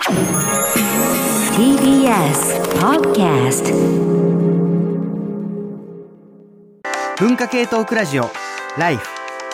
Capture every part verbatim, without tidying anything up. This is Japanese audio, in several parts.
ティービーエス Podcast 文化系トークラジオライフ。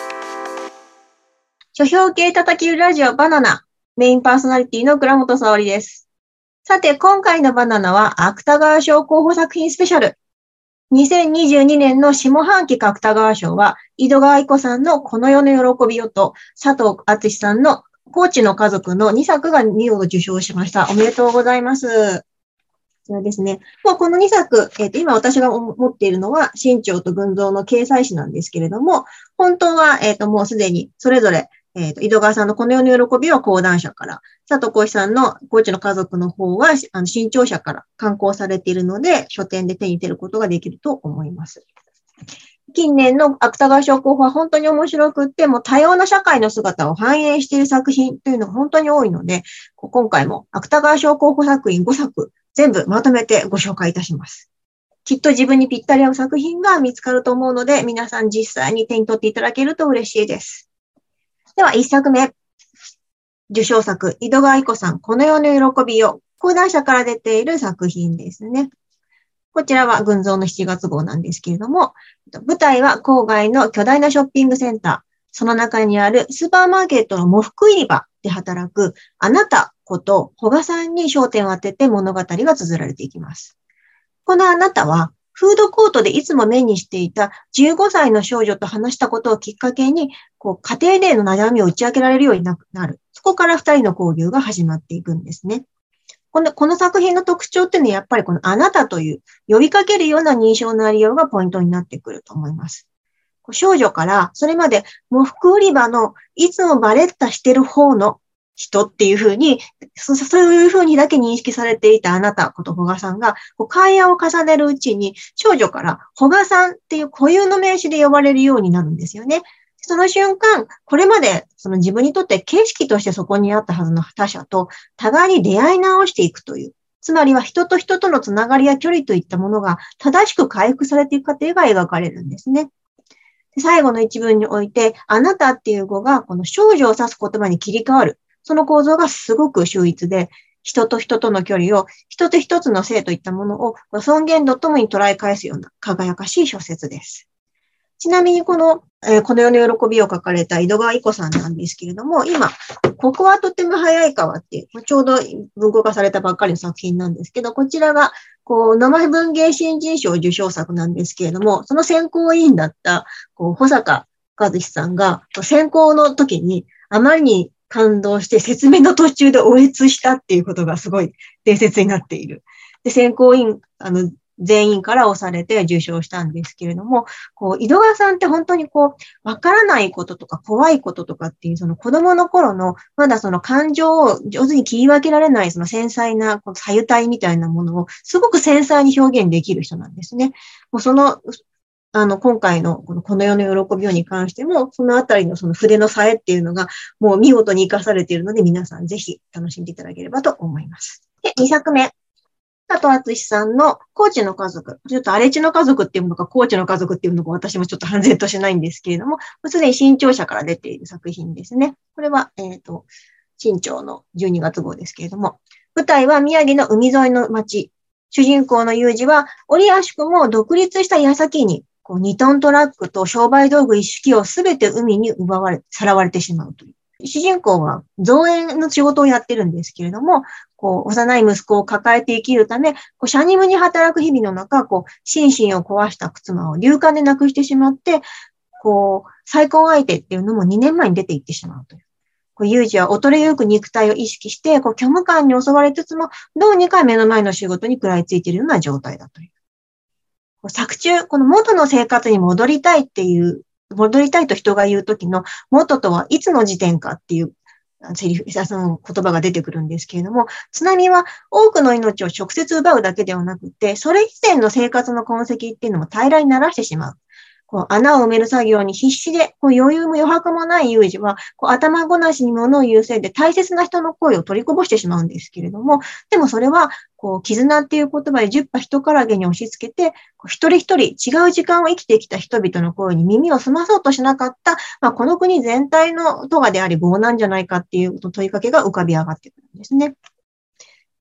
書評系叩き売りラジオバナナ、メインパーソナリティの倉本沙織です。さて、今回のバナナは芥川賞候補作品スペシャル。にせんにじゅうにねんの下半期芥川賞は、井戸川愛子さんのこの世の喜びよと、佐藤厚志さんの高知の家族のにさくが見事受賞しました。おめでとうございます。そうですね。もうこのにさく、えーと、今私が持っているのは、新潮と群像の掲載誌なんですけれども、本当は、えっと、もうすでにそれぞれ、えっと、井戸川さんのこの世の喜びは講談社から、佐藤浩市さんの高知の家族の方は、あの、新潮社から刊行されているので、書店で手に入れることができると思います。近年の芥川賞候補は本当に面白くって、もう多様な社会の姿を反映している作品というのが本当に多いので、今回も芥川賞候補作品ごさく、全部まとめてご紹介いたします。きっと自分にぴったり合う作品が見つかると思うので、皆さん実際に手に取っていただけると嬉しいです。では、一作目。受賞作、井戸川愛子さん、この世の喜びよ。講談社から出ている作品ですね。こちらは群像のしちがつ号なんですけれども、舞台は郊外の巨大なショッピングセンター。その中にあるスーパーマーケットの喪服売り場で働くあなたこと保賀さんに焦点を当てて物語が綴られていきます。このあなたはフードコートでいつも目にしていたじゅうごさいの少女と話したことをきっかけに、こう家庭での悩みを打ち明けられるようになる。そこから二人の交流が始まっていくんですね。この、この作品の特徴っていうのはやっぱりこのあなたという呼びかけるような認証のありようがポイントになってくると思います。少女からそれまで喪服売り場のいつもバレッタしてる方の人っていうふうに、そそういうふうにだけ認識されていたあなたこと保賀さんが、こう会話を重ねるうちに少女から保賀さんっていう固有の名詞で呼ばれるようになるんですよね。その瞬間、これまでその自分にとって景色としてそこにあったはずの他者と互いに出会い直していくという、つまりは人と人とのつながりや距離といったものが正しく回復されていく過程が描かれるんですね。最後の一文において、あなたっていう語がこの少女を指す言葉に切り替わる。その構造がすごく秀逸で、人と人との距離を一つ一つの性といったものを尊厳とともに捉え返すような輝かしい小説です。ちなみにこの、えー、この世の喜びを書かれた井戸川愛子さんなんですけれども、今、ここはとても早い川っていう、ちょうど文庫化されたばっかりの作品なんですけど、こちらが、こう、生文芸新人賞受賞作なんですけれども、その選考委員だった、こう、保坂和志さんが、選考の時に、あまりに感動して説明の途中で嗚咽したっていうことがすごい伝説になっている。で、選考委員、あの、全員から押されて受賞したんですけれども、こう、井戸川さんって本当にこう、わからないこととか怖いこととかっていう、その子供の頃の、まだその感情を上手に切り分けられない、その繊細な、こう、左右体みたいなものを、すごく繊細に表現できる人なんですね。もうその、あの、今回のこの、この世の喜びよに関しても、そのあたりのその筆のさえっていうのが、もう見事に活かされているので、皆さんぜひ楽しんでいただければと思います。で、にさくめ。佐藤厚志さんの高知の家族。ちょっと荒地の家族っていうのか、高知の家族っていうのか、私もちょっと判然としないんですけれども、すでに新潮社から出ている作品ですね。これは、えっと、新潮のじゅうにがつ号ですけれども、舞台は宮城の海沿いの町。主人公の裕二は、折あしくも独立した矢先に、こうにトントラックと商売道具一式をすべて海に奪われ、さらわれてしまうという。主人公は造園の仕事をやってるんですけれども、こう、幼い息子を抱えて生きるため、こう、シャニムに働く日々の中、こう、心身を壊した妻を流産で亡くしてしまって、こう、再婚相手っていうのもにねんまえに出て行ってしまうという。こう、裕二は衰れゆく肉体を意識して、こう、虚無感に襲われつつも、どうにか目の前の仕事に食らいついているような状態だという。作中、この元の生活に戻りたいっていう、戻りたいと人が言うときの元とはいつの時点かっていうセリフ、その言葉が出てくるんですけれども、津波は多くの命を直接奪うだけではなくて、それ以前の生活の痕跡っていうのも平らにならしてしまう。こう穴を埋める作業に必死で、こう余裕も余白もない裕二は、こう頭ごなしに物を言うせいで大切な人の声を取りこぼしてしまうんですけれども、でもそれは、こう、絆っていう言葉で十羽人からげに押し付けて、こう一人一人違う時間を生きてきた人々の声に耳を澄まそうとしなかった、まあ、この国全体の咎であり業なんじゃないかっていう問いかけが浮かび上がってくるんですね。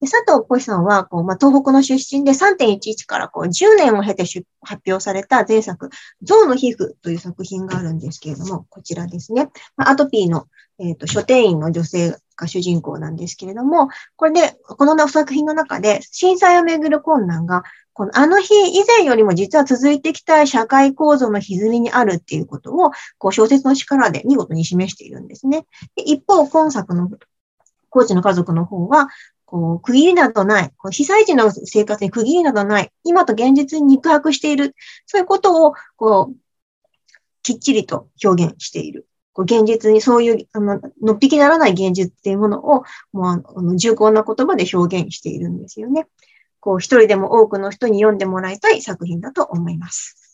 で佐藤浩市さんは、こう、まあ、東北の出身で さんてんいちいち からこうじゅうねんを経て発表された前作、象の皮膚という作品があるんですけれども、こちらですね。まあ、アトピーの、えーと、書店員の女性が主人公なんですけれども、これで、この作品の中で震災をめぐる困難が、このあの日以前よりも実は続いてきた社会構造の歪みにあるっていうことを、こう小説の力で見事に示しているんですね。で一方、今作のコーチの家族の方は、こう区切りなどない、こう被災地の生活に区切りなどない、今と現実に肉薄している、そういうことをこうきっちりと表現している。こう現実にそういうあののっぴきならない現実っていうものをもうあの重厚な言葉で表現しているんですよね。こう一人でも多くの人に読んでもらいたい作品だと思います。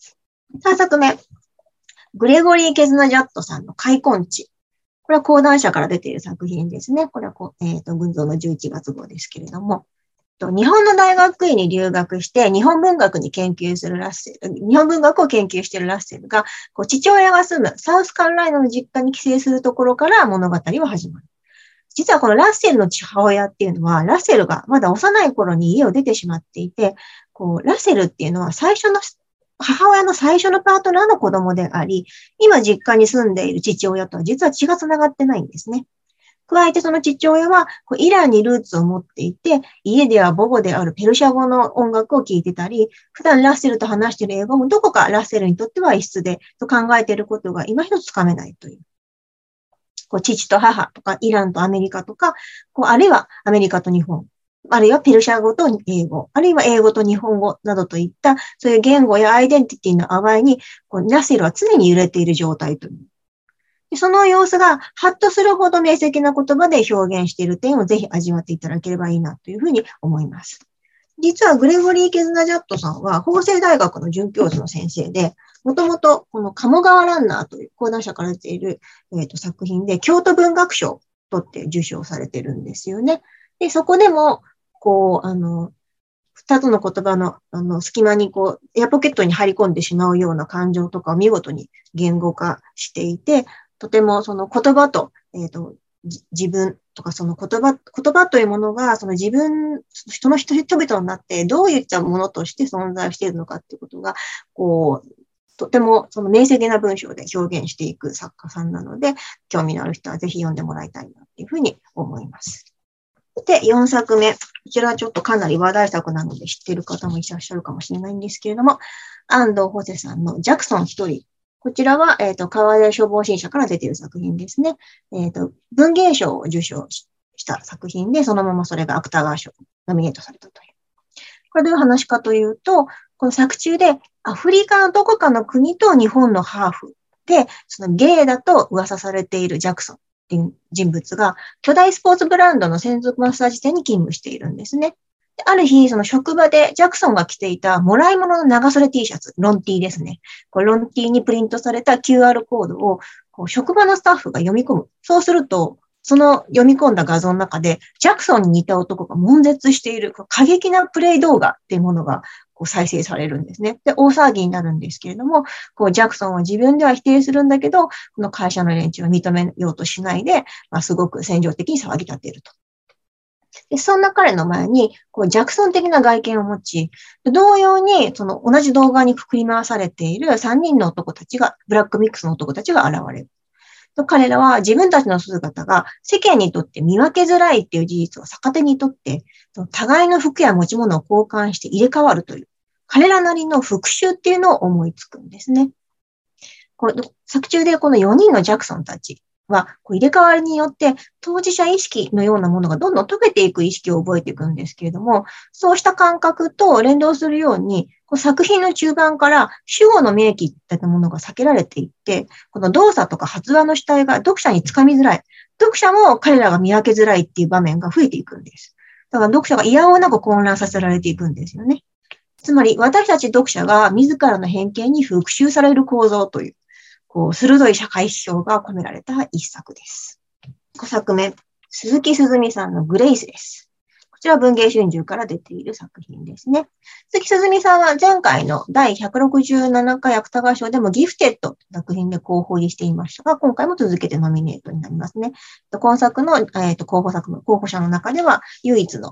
さんさくめ、グレゴリー・ケズナジャットさんの開墾地。これは講談社から出ている作品ですね。これはこう、えーと、群像のじゅういちがつ号ですけれども、日本の大学院に留学して日本文学に研究するラッセル、日本文学を研究しているラッセルが、こう父親が住むサウスカロライナの実家に帰省するところから物語は始まる。実はこのラッセルの母親っていうのは、ラッセルがまだ幼い頃に家を出てしまっていて、こうラッセルっていうのは最初の、母親の最初のパートナーの子供であり、今実家に住んでいる父親とは実は血がつながってないんですね。加えてその父親はイランにルーツを持っていて、家では母語であるペルシャ語の音楽を聴いてたり、普段ラッセルと話している英語もどこかラッセルにとっては異質でと考えていることが今一つつかめないという。こう父と母とかイランとアメリカとか、こうあるいはアメリカと日本、あるいはペルシャ語と英語、あるいは英語と日本語などといった、そういう言語やアイデンティティの淡いに、こうラッセルは常に揺れている状態という。でその様子がハッとするほど明晰な言葉で表現している点をぜひ味わっていただければいいなというふうに思います。実はグレゴリー・ケズナジャットさんは法政大学の准教授の先生で、もともとこの鴨川ランナーという講談社から出ている、えーと、作品で京都文学賞を取って受賞されてるんですよね。で、そこでも、こう、あの、二つの言葉の、あの隙間にこう、エアポケットに入り込んでしまうような感情とかを見事に言語化していて、とてもその言葉と、えーと、自分とかその言葉、言葉というものがその自分、人の人々になってどういったものとして存在しているのかっていうことが、こう、とてもその明晰な文章で表現していく作家さんなので、興味のある人はぜひ読んでもらいたいなっていうふうに思います。で、よんさくめ。こちらはちょっとかなり話題作なので知っている方もいらっしゃるかもしれないんですけれども、安藤ホセさんのジャクソン一人。こちらは、えっと、川出消防新社から出ている作品ですね。えっと、文芸賞を受賞した作品で、そのままそれが芥川賞にノミネートされたという。これどういう話かというと、この作中でアフリカのどこかの国と日本のハーフで、そのゲイだと噂されているジャクソンっていう人物が、巨大スポーツブランドの専属マッサージ店に勤務しているんですね。ある日、その職場でジャクソンが着ていたもらい物の長袖 T シャツ、ロン T ですね。こうロン T にプリントされた キューアール コードをこう職場のスタッフが読み込む。そうすると、その読み込んだ画像の中で、ジャクソンに似た男が悶絶している過激なプレイ動画っていうものがこう再生されるんですね。で、大騒ぎになるんですけれども、こうジャクソンは自分では否定するんだけど、この会社の連中は認めようとしないで、まあ、すごく戦場的に騒ぎ立てると。でそんな彼の前に、こう、ジャクソン的な外見を持ち、同様に、その同じ動画にくくり回されているさんにんの男たちが、ブラックミックスの男たちが現れる。と彼らは自分たちの姿が世間にとって見分けづらいっていう事実を逆手にとって、互いの服や持ち物を交換して入れ替わるという、彼らなりの復讐っていうのを思いつくんですね。これ作中でこのよにんのジャクソンたち、はこう入れ替わりによって当事者意識のようなものがどんどん溶けていく意識を覚えていくんですけれども、そうした感覚と連動するように、こう作品の中盤から主語の明記といったものが避けられていって、この動作とか発話の主体が読者につかみづらい。読者も彼らが見分けづらいっていう場面が増えていくんです。だから読者が嫌おうなく混乱させられていくんですよね。つまり私たち読者が自らの偏見に復讐される構造という、こう鋭い社会批評が込められた一作です。ごさくめ、鈴木すずみさんのグレイスです。こちらは文藝春秋から出ている作品ですね。鈴木すずみさんは前回のだいひゃくろくじゅうななかい芥川賞でもギフテッド作品で候補入りしていましたが、今回も続けてノミネートになりますね。今作の、えーと、候補作の候補者の中では唯一の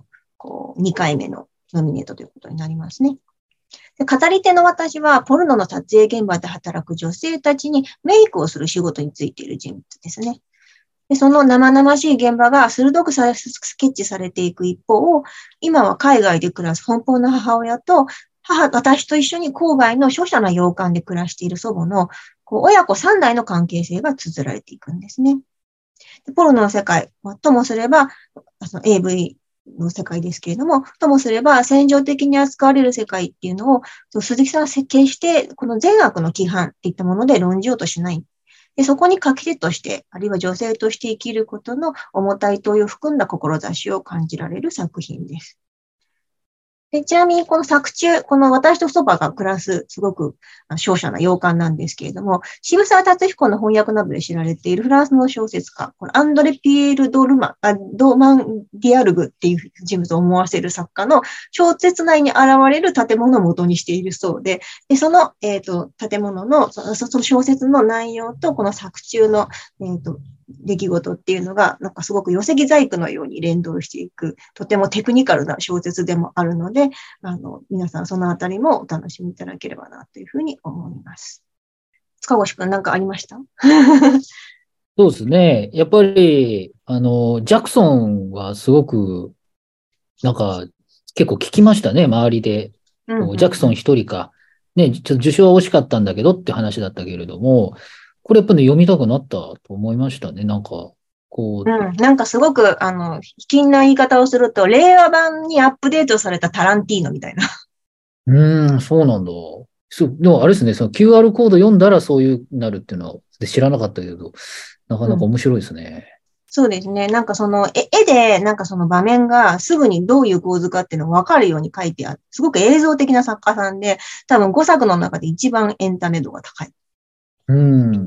こう、にかいめのノミネートということになりますね。で、語り手の私は、ポルノの撮影現場で働く女性たちにメイクをする仕事についている人物ですね。で、その生々しい現場が鋭くさスケッチされていく一方、今は海外で暮らす奔放な母親と、母、私と一緒に郊外の瀟洒な洋館で暮らしている祖母の、こう親子三代の関係性が綴られていくんですね。でポルノの世界、ともすれば、その エーブイ の世界ですけれども、ともすれば戦場的に扱われる世界っていうのを、鈴木さんは設計して、この善悪の規範っていったもので論じようとしない。で、そこに書き手として、あるいは女性として生きることの重たい問いを含んだ志を感じられる作品です。でちなみにこの作中、この私とそばが暮らすすごく瀟洒な洋館なんですけれども、渋沢達彦の翻訳などで知られているフランスの小説家、このアンドレ・ピエール・ドルマン、ドマン・ディアルグっていう人物を思わせる作家の小説内に現れる建物を元にしているそうで、でその、えーと、建物のその、その小説の内容とこの作中の、えーと出来事っていうのが、なんかすごく寄せ木細工のように連動していく、とてもテクニカルな小説でもあるので、あの、皆さんそのあたりもお楽しみいただければな、というふうに思います。塚越くん、なんかありました？ そうですね。やっぱり、あの、ジャクソンはすごく、なんか、結構聞きましたね、周りで。うんうんうん、ジャクソン一人か。ね、ちょっと受賞は惜しかったんだけどって話だったけれども、これやっぱり、ね、読みたくなったと思いましたね。なんか、こう。 うん。なんかすごく、あの、卑近な言い方をすると、令和版にアップデートされたタランティーノみたいな。 うーん、そうなんだ。そう、でもあれですね、その キューアール コード読んだらそういうなるっていうのは知らなかったけど、なかなか面白いですね。うん、 そうですね。なんかその絵、絵で、なんかその場面がすぐにどういう構図かっていうのが分かるように書いてある。すごく映像的な作家さんで、多分ごさくの中で一番エンタメ度が高い。 うん。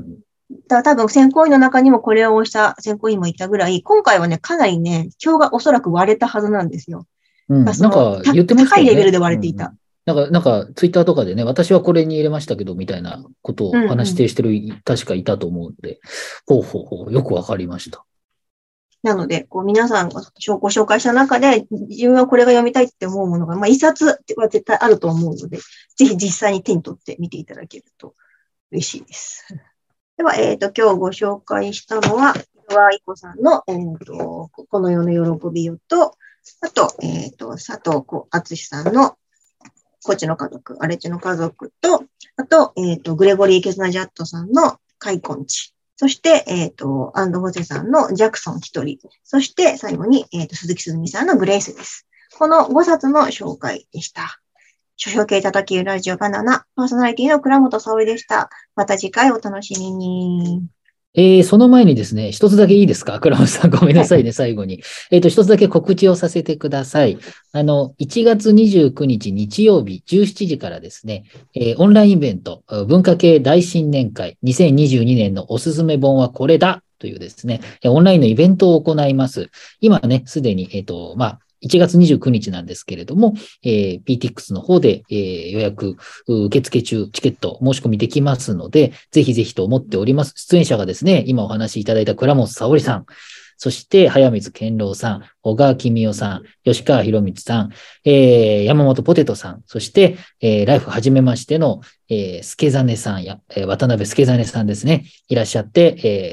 だ多分選考委員の中にもこれを押した選考委員もいたぐらい、今回はね、かなりね、票がおそらく割れたはずなんですよ。 うん、なんか言ってましたよね。 高いレベルで割れていた。 うん、なんか、なんか、ツイッターとかでね、私はこれに入れましたけど、みたいなことを話してしてる、うんうん、確かいたと思うんで、ほうほうほう、よくわかりました。 なので、こう皆さんがご紹介した中で、自分はこれが読みたいって思うものが、まあ一冊は絶対あると思うので、ぜひ実際に手に取って見ていただけると嬉しいです。では、えっと、今日ご紹介したのは、井川愛子さんの、えっと、この世の喜びよと、あと、えっと、佐藤敦さんの、こっちの家族、荒地の家族と、あと、えっと、グレゴリー・ケズナジャットさんの開墾地。そして、えっと、アンド・ホセさんのジャクソン一人。そして、最後に、えっと、鈴木すずみさんのグレイスです。このごさつの紹介でした。書評系叩きラジオバナナ、パーソナリティの倉本沙織でした。また次回お楽しみに。 えー、その前にですね、一つだけいいですか？倉本さん、ごめんなさいね、はい、最後に。えっと、一つだけ告知をさせてください。あの、いちがつにじゅうくにち日曜日じゅうしちじからですね、えー、オンラインイベント、文化系大新年会にせんにじゅうにねんのおすすめ本はこれだというですね、オンラインのイベントを行います。今ね、すでに、えっと、まあ、いちがつにじゅうくにちなんですけれども、えー、ピーティーエックス の方で、えー、予約、受付中、チケット申し込みできますので、ぜひぜひと思っております。出演者がですね、今お話しいただいた倉本沙織さん、そして早水健郎さん、小川公代さん、吉川博光さん、えー、山本ポテトさん、そして、えー、ライフはじめましての、えー、助真さんや、えー、渡辺助真さんですね、いらっしゃって、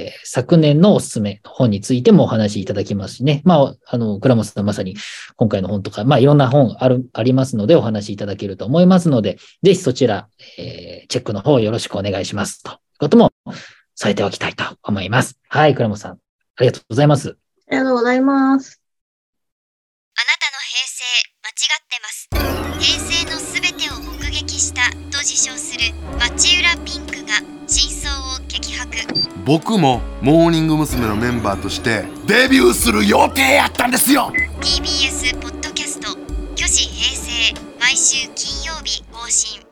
えー、昨年のおすすめの本についてもお話しいただきますしね、まあ、あの、倉本さんまさに今回の本とか、まあ、いろんな本ある、ありますのでお話しいただけると思いますので、ぜひそちら、えー、チェックの方よろしくお願いします。ということも添えておきたいと思います。はい、倉本さん。ありがとうございます。 ありがとうございます。 あなたの平成間違ってます。平成のすべてを目撃したと自称する町浦ピンクが真相を激白。 僕もモーニング娘。のメンバーとしてデビューする予定やったんですよ。 ティービーエス ポッドキャスト「虚子平成」毎週金曜日更新。